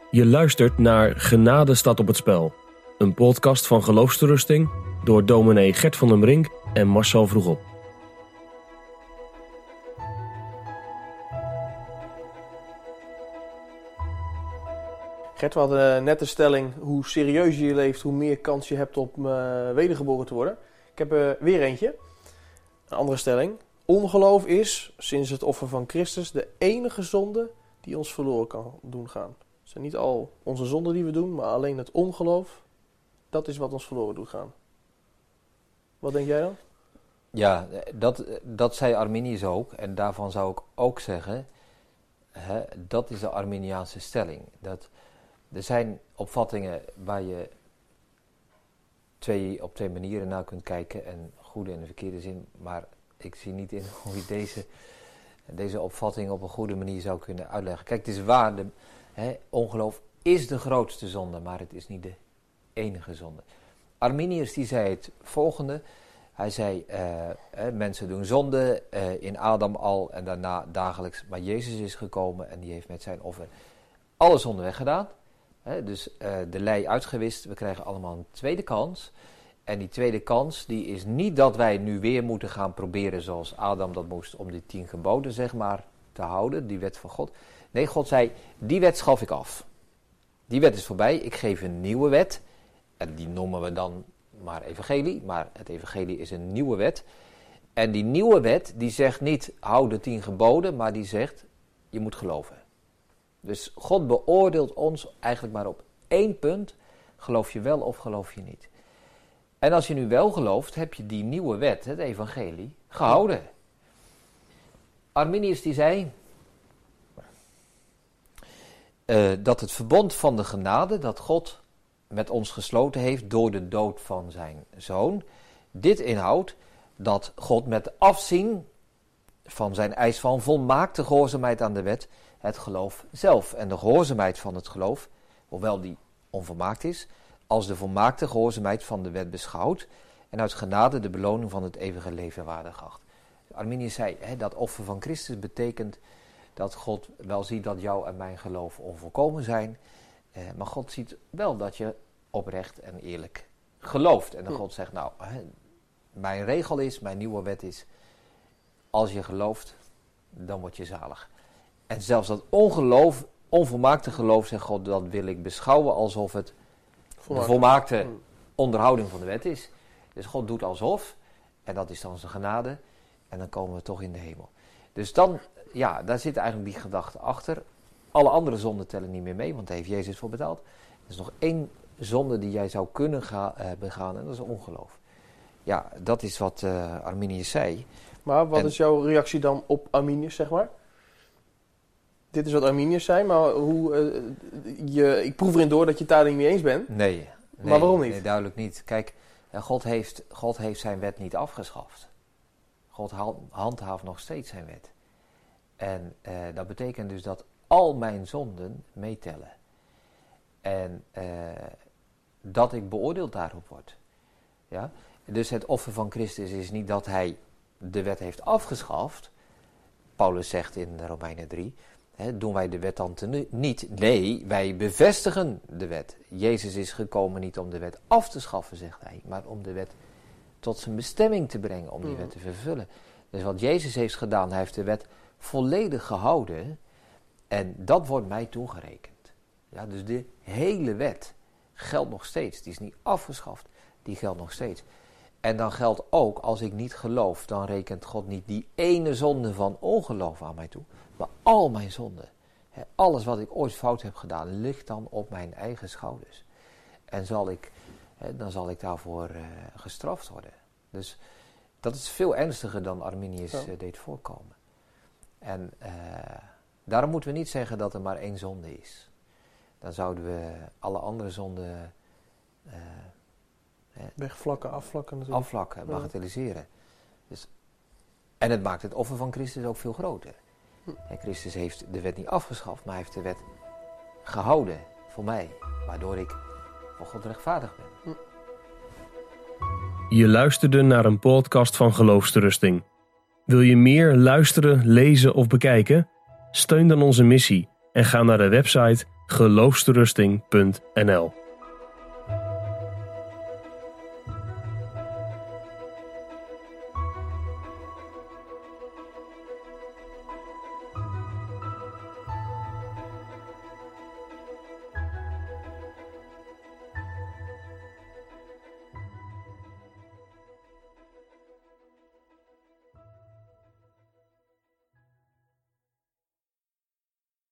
Je luistert naar Genade staat op het spel. Een podcast van Geloofsterusting door dominee Gert van den Brink en Marcel Vroegop. Gert, we hadden net de stelling: hoe serieuzer je leeft, hoe meer kans je hebt op wedergeboren te worden. Ik heb weer eentje. Een andere stelling. Ongeloof is, sinds het offer van Christus, de enige zonde die ons verloren kan doen gaan. Het zijn niet al onze zonden die we doen, maar alleen het ongeloof, dat is wat ons verloren doet gaan. Wat denk jij dan? Ja, dat zei Arminius ook. En daarvan zou ik ook zeggen, dat is de Arminiaanse stelling. Er zijn opvattingen waar je op twee manieren naar kunt kijken. En goede en de verkeerde zin. Maar ik zie niet in hoe je deze opvatting op een goede manier zou kunnen uitleggen. Kijk, het is waar, ongeloof is de grootste zonde, maar het is niet de enige zonde. Arminius die zei het volgende. Hij zei, mensen doen zonde, in Adam al en daarna dagelijks. Maar Jezus is gekomen en die heeft met zijn offer alle zonde weggedaan. Dus de lei uitgewist, we krijgen allemaal een tweede kans. En die tweede kans, die is niet dat wij nu weer moeten gaan proberen zoals Adam dat moest om die 10 geboden, zeg maar, te houden, die wet van God. Nee, God zei, die wet schaf ik af. Die wet is voorbij, ik geef een nieuwe wet. En die noemen we dan maar evangelie, maar het evangelie is een nieuwe wet. En die nieuwe wet, die zegt niet, hou de 10 geboden, maar die zegt, je moet geloven. Dus God beoordeelt ons eigenlijk maar op 1 punt, geloof je wel of geloof je niet. En als je nu wel gelooft, heb je die nieuwe wet, het evangelie, gehouden. Arminius die zei dat het verbond van de genade dat God met ons gesloten heeft door de dood van zijn zoon, dit inhoudt dat God met afzien van zijn eis van volmaakte gehoorzaamheid aan de wet, het geloof zelf en de gehoorzaamheid van het geloof, hoewel die onvolmaakt is, als de volmaakte gehoorzaamheid van de wet beschouwt en uit genade de beloning van het eeuwige leven waardig acht. Arminius zei, dat offer van Christus betekent dat God wel ziet dat jouw en mijn geloof onvolkomen zijn, maar God ziet wel dat je oprecht en eerlijk gelooft. En dan God zegt, nou, mijn regel is, mijn nieuwe wet is, als je gelooft, dan word je zalig. En zelfs dat onvolmaakte geloof, zegt God, dat wil ik beschouwen alsof het de volmaakte onderhouding van de wet is. Dus God doet alsof, en dat is dan zijn genade, en dan komen we toch in de hemel. Dus dan, ja, daar zit eigenlijk die gedachte achter. Alle andere zonden tellen niet meer mee, want daar heeft Jezus voor betaald. Er is nog 1 zonde die jij zou kunnen begaan, en dat is ongeloof. Ja, dat is wat Arminius zei. Maar wat is jouw reactie dan op Arminius, zeg maar? Dit is wat Arminius zei, maar ik proef erin door dat je het daar niet mee eens bent. Nee. Maar waarom niet? Nee, duidelijk niet. Kijk, God heeft zijn wet niet afgeschaft. God handhaaft nog steeds zijn wet. En dat betekent dus dat al mijn zonden meetellen. En dat ik beoordeeld daarop word. Ja? Dus het offer van Christus is niet dat hij de wet heeft afgeschaft. Paulus zegt in Romeinen 3... doen wij de wet dan niet? Nee, wij bevestigen de wet. Jezus is gekomen niet om de wet af te schaffen, zegt hij, maar om de wet tot zijn bestemming te brengen, om die wet te vervullen. Dus wat Jezus heeft gedaan, hij heeft de wet volledig gehouden en dat wordt mij toegerekend. Ja, dus de hele wet geldt nog steeds. Die is niet afgeschaft, die geldt nog steeds. En dan geldt ook, als ik niet geloof, dan rekent God niet die ene zonde van ongeloof aan mij toe. Maar al mijn zonden, alles wat ik ooit fout heb gedaan, ligt dan op mijn eigen schouders. En dan zal ik daarvoor gestraft worden. Dus dat is veel ernstiger dan Arminius deed voorkomen. En daarom moeten we niet zeggen dat er maar 1 zonde is. Dan zouden we alle andere zonden wegvlakken, afvlakken natuurlijk. Afvlakken, bagatelliseren. Dus, en het maakt het offer van Christus ook veel groter. Christus heeft de wet niet afgeschaft, maar hij heeft de wet gehouden voor mij, waardoor ik voor God rechtvaardig ben. Je luisterde naar een podcast van Geloofsterusting. Wil je meer luisteren, lezen of bekijken? Steun dan onze missie en ga naar de website geloofsterusting.nl